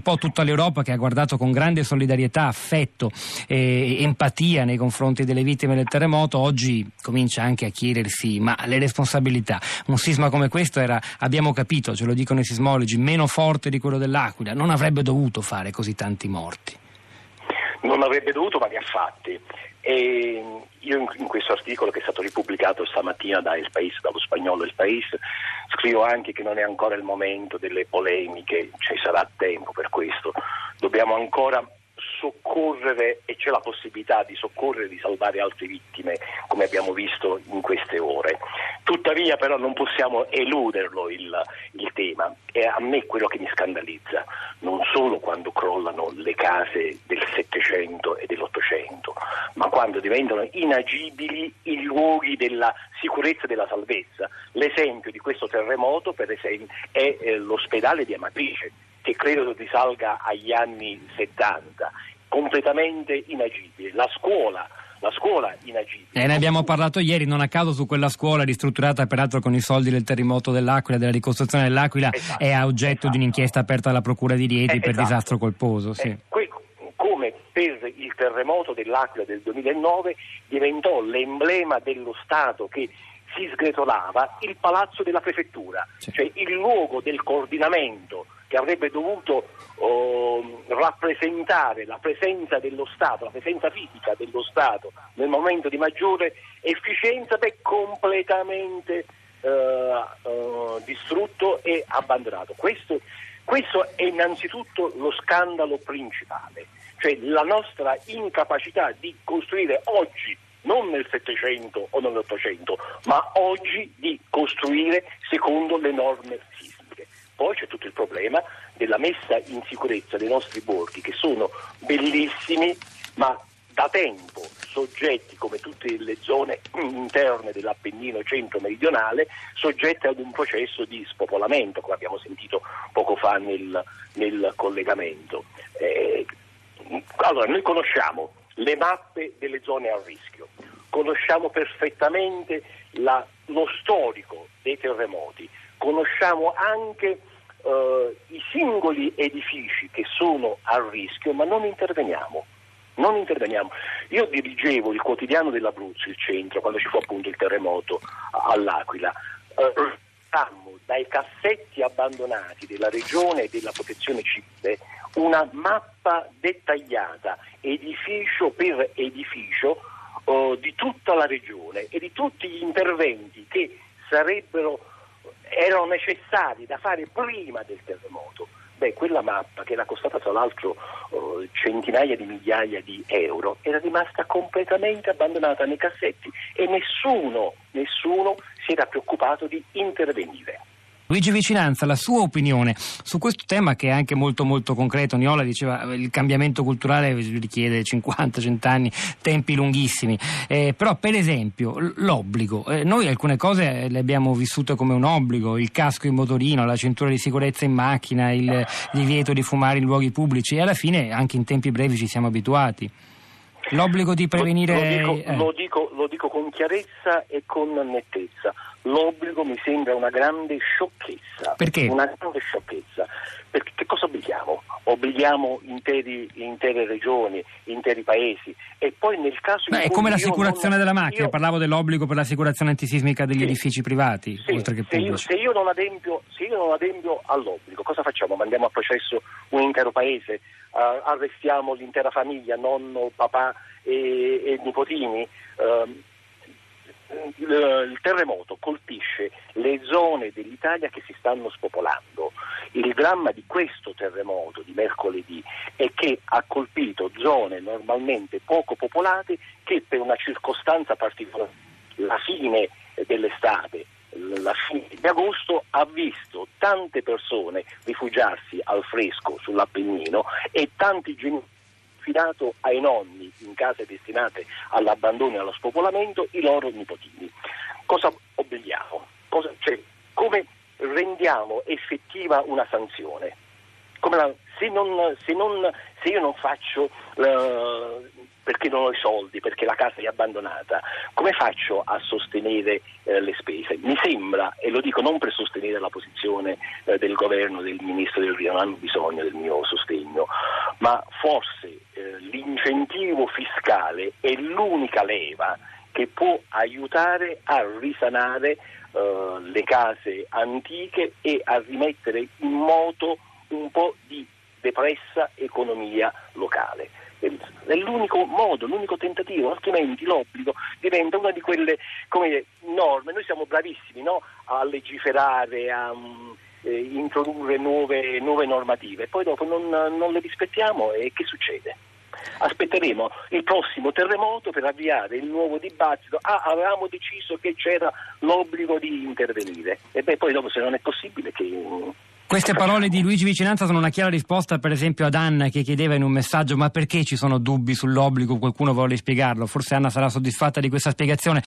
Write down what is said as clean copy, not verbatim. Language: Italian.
po' tutta l'Europa che ha guardato con grande solidarietà, affetto e empatia nei confronti delle vittime del terremoto, oggi comincia anche a chiedersi: ma le responsabilità? Un sisma come questo era, abbiamo capito, ce lo dicono i sismologi, meno forte di quello dell'Aquila, non avrebbe dovuto fare così tanti morti. Non avrebbe dovuto, ma li ha fatti. E io in questo articolo che è stato ripubblicato stamattina da El País, dallo spagnolo El País, scrivo anche che non è ancora il momento delle polemiche, ci sarà tempo per questo. Dobbiamo ancora soccorrere, e c'è la possibilità di soccorrere e di salvare altre vittime, come abbiamo visto in queste ore. Tuttavia però non possiamo eluderlo il tema. E a me quello che mi scandalizza non solo quando crollano le case del Settecento e dell'Ottocento, ma quando diventano inagibili i luoghi della sicurezza e della salvezza. L'esempio di questo terremoto, per esempio, è l'ospedale di Amatrice, che credo risalga agli anni 70, completamente inagibile. La scuola inagibile. Ne abbiamo parlato ieri, non a caso su quella scuola ristrutturata peraltro con i soldi del terremoto dell'Aquila, della ricostruzione dell'Aquila, esatto, è oggetto di un'inchiesta aperta dalla Procura di Rieti per disastro colposo. Sì. Come per il terremoto dell'Aquila del 2009 diventò l'emblema dello Stato che si sgretolava il palazzo della prefettura, cioè il luogo del coordinamento che avrebbe dovuto rappresentare la presenza dello Stato, la presenza fisica dello Stato nel momento di maggiore efficienza, completamente distrutto e abbandonato. Questo è innanzitutto lo scandalo principale, cioè la nostra incapacità di costruire oggi, non nel Settecento o nell'Ottocento, ma oggi di costruire secondo le norme sismiche. Poi c'è tutto il problema della messa in sicurezza dei nostri borghi, che sono bellissimi, ma da tempo soggetti, come tutte le zone interne dell'Appennino centro-meridionale, soggetti ad un processo di spopolamento, come abbiamo sentito poco fa nel collegamento. Allora, noi conosciamo le mappe delle zone a rischio, conosciamo perfettamente lo storico dei terremoti, conosciamo anche i singoli edifici che sono a rischio, ma non interveniamo. Io dirigevo il quotidiano dell'Abruzzo, il centro, quando ci fu appunto il terremoto all'Aquila. Dai cassetti abbandonati della regione e della protezione civile una mappa dettagliata, edificio per edificio, di tutta la regione e di tutti gli interventi che erano necessari da fare prima del terremoto. Quella mappa, che era costata tra l'altro centinaia di migliaia di euro, era rimasta completamente abbandonata nei cassetti e nessuno si era preoccupato di intervenire. Luigi Vicinanza, la sua opinione su questo tema, che è anche molto molto concreto. Niola diceva il cambiamento culturale richiede 50-100 anni, tempi lunghissimi, però per esempio l'obbligo, noi alcune cose le abbiamo vissute come un obbligo: il casco in motorino, la cintura di sicurezza in macchina, il divieto di fumare in luoghi pubblici, e alla fine anche in tempi brevi ci siamo abituati. L'obbligo di prevenire... Lo dico con chiarezza e con nettezza. L'obbligo mi sembra una grande sciocchezza. Perché? Una grande sciocchezza. Perché che cosa obblighiamo? Obblighiamo intere regioni, interi paesi, e poi nel caso è come l'assicurazione della macchina. Parlavo dell'obbligo per l'assicurazione antisismica degli edifici privati, oltre che pubblici. Se io non adempio all'obbligo, cosa facciamo? Mandiamo a processo un intero paese? Arrestiamo l'intera famiglia, nonno, papà e nipotini? Il terremoto colpisce le zone dell'Italia che si stanno spopolando. Il dramma di questo terremoto di mercoledì è che ha colpito zone normalmente poco popolate, che per una circostanza particolare, la fine dell'estate, la fine di agosto, ha visto tante persone rifugiarsi al fresco sull'Appennino e tanti genitori affidato ai nonni in case destinate all'abbandono e allo spopolamento i loro nipotini. Cosa obblighiamo? Come rendiamo effettiva una sanzione? se io non faccio perché non ho i soldi, perché la casa è abbandonata, come faccio a sostenere le spese? Mi sembra, e lo dico non per sostenere la posizione del governo, del ministro del Rio, non hanno bisogno del mio sostegno, ma forse l'incentivo fiscale è l'unica leva che può aiutare a risanare le case antiche e a rimettere in moto un po' di depressa economia locale. È l'unico modo, l'unico tentativo, altrimenti l'obbligo diventa una di quelle norme. Noi siamo bravissimi, no? A legiferare, a introdurre nuove normative, poi dopo non le rispettiamo e che succede? Aspetteremo il prossimo terremoto per avviare il nuovo dibattito. Avevamo deciso che c'era l'obbligo di intervenire, e poi dopo, se non è possibile, che... Queste parole di Luigi Vicinanza sono una chiara risposta, per esempio, ad Anna, che chiedeva in un messaggio: ma perché ci sono dubbi sull'obbligo? Qualcuno vuole spiegarlo? Forse Anna sarà soddisfatta di questa spiegazione.